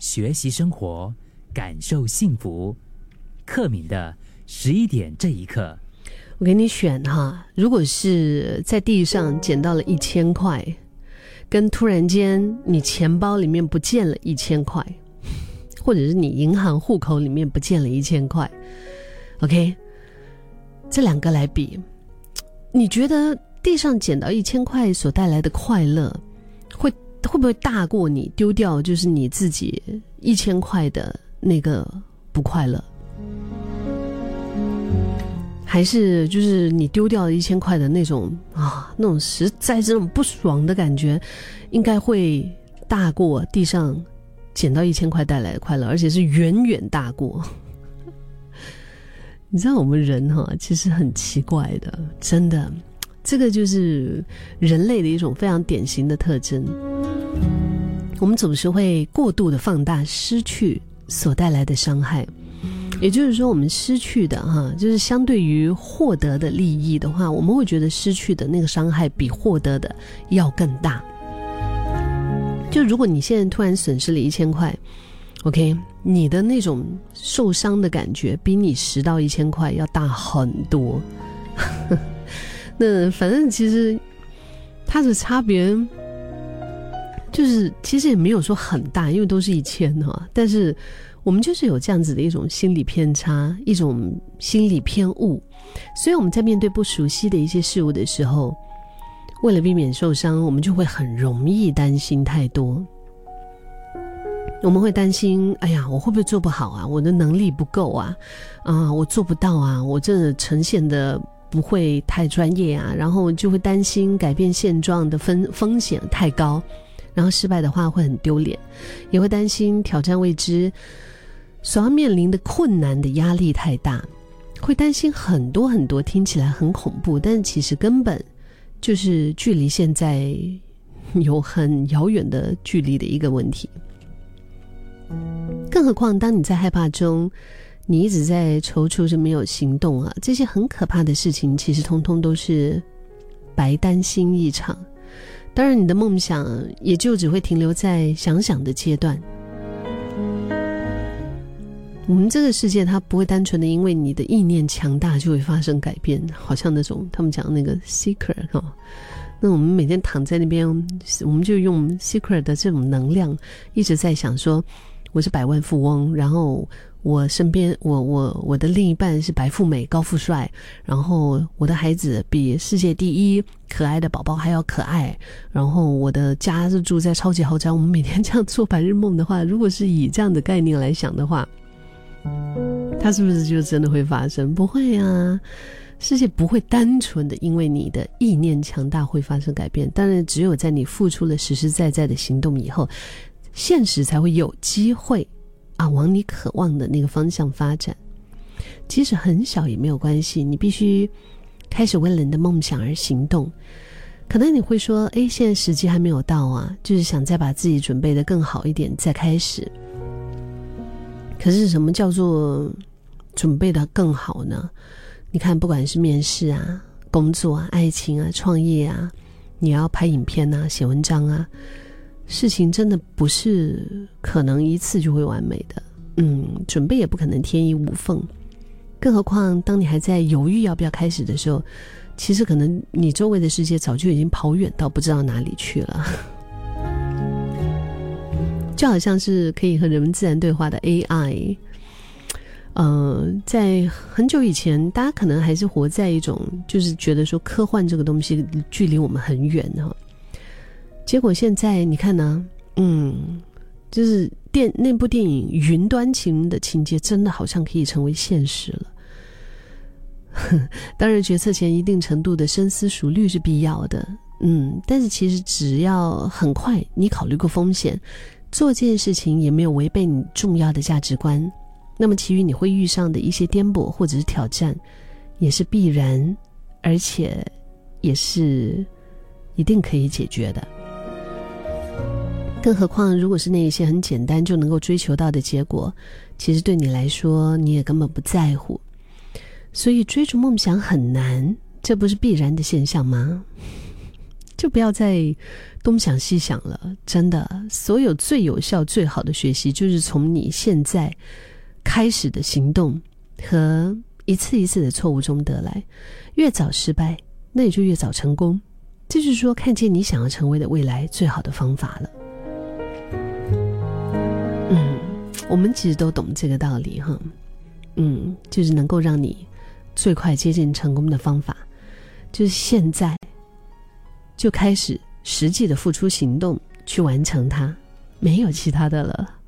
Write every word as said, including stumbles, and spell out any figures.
学习生活，感受幸福。克敏的十一点这一刻， 我给你选哈，如果是在地上捡到了一千块，跟突然间你钱包里面不见了一千块，或者是你银行户口里面不见了一千块 ，OK， 这两个来比，你觉得地上捡到一千块所带来的快乐，会会不会大过你丢掉就是你自己一千块的那个不快乐？还是就是你丢掉了一千块的那种啊，那种实在这种不爽的感觉，应该会大过地上捡到一千块带来的快乐，而且是远远大过。你知道我们人哈，其实很奇怪的，真的，这个就是人类的一种非常典型的特征。我们总是会过度的放大失去所带来的伤害。也就是说，我们失去的哈，就是相对于获得的利益的话，我们会觉得失去的那个伤害比获得的要更大。就如果你现在突然损失了一千块 ，OK， 你的那种受伤的感觉比你十到一千块要大很多。那反正其实它的差别就是其实也没有说很大，因为都是一千哈，但是我们就是有这样子的一种心理偏差，一种心理偏误，所以我们在面对不熟悉的一些事物的时候，为了避免受伤，我们就会很容易担心太多。我们会担心，哎呀，我会不会做不好啊？我的能力不够啊，啊，我做不到啊，我这呈现的不会太专业啊，然后就会担心改变现状的风风险太高，然后失败的话会很丢脸，也会担心挑战未知所要面临的困难的压力太大，会担心很多很多听起来很恐怖，但其实根本就是距离现在有很遥远的距离的一个问题。更何况当你在害怕中，你一直在踌躇着没有行动啊，这些很可怕的事情其实通通都是白担心一场。当然你的梦想也就只会停留在想想的阶段。我们这个世界它不会单纯的因为你的意念强大就会发生改变，好像那种他们讲那个 secret、哦、那我们每天躺在那边，我们就用 secret 的这种能量一直在想说我是百万富翁，然后我身边我我我的另一半是白富美高富帅，然后我的孩子比世界第一可爱的宝宝还要可爱，然后我的家是住在超级豪宅。我们每天这样做白日梦的话，如果是以这样的概念来想的话，它是不是就真的会发生？不会啊，世界不会单纯的因为你的意念强大会发生改变，当然只有在你付出了实实在在的行动以后，现实才会有机会啊往你渴望的那个方向发展。即使很小也没有关系，你必须开始为了你的梦想而行动。可能你会说，诶，现在时机还没有到啊，就是想再把自己准备得更好一点再开始。可是什么叫做准备得更好呢？你看不管是面试啊、工作啊、爱情啊、创业啊，你要拍影片啊、写文章啊，事情真的不是可能一次就会完美的，嗯，准备也不可能天衣无缝。更何况当你还在犹豫要不要开始的时候，其实可能你周围的世界早就已经跑远到不知道哪里去了。就好像是可以和人们自然对话的 A I， 呃，在很久以前大家可能还是活在一种就是觉得说科幻这个东西距离我们很远哈，结果现在你看呢、啊，嗯，就是电那部电影《云端情人》的情节真的好像可以成为现实了。当然决策前一定程度的深思熟虑是必要的，嗯，但是其实只要很快你考虑过风险，做这件事情也没有违背你重要的价值观，那么其余你会遇上的一些颠簸或者是挑战也是必然，而且也是一定可以解决的。更何况如果是那一些很简单就能够追求到的结果，其实对你来说你也根本不在乎。所以追逐梦想很难，这不是必然的现象吗？ 就不要再东想西想了。真的，所有最有效最好的学习就是从你现在开始的行动和一次一次的错误中得来。越早失败，那也就越早成功。这就是说，看见你想要成为的未来最好的方法了。嗯，我们其实都懂这个道理哈。嗯，就是能够让你最快接近成功的方法，就是现在就开始实际的付出行动去完成它，没有其他的了。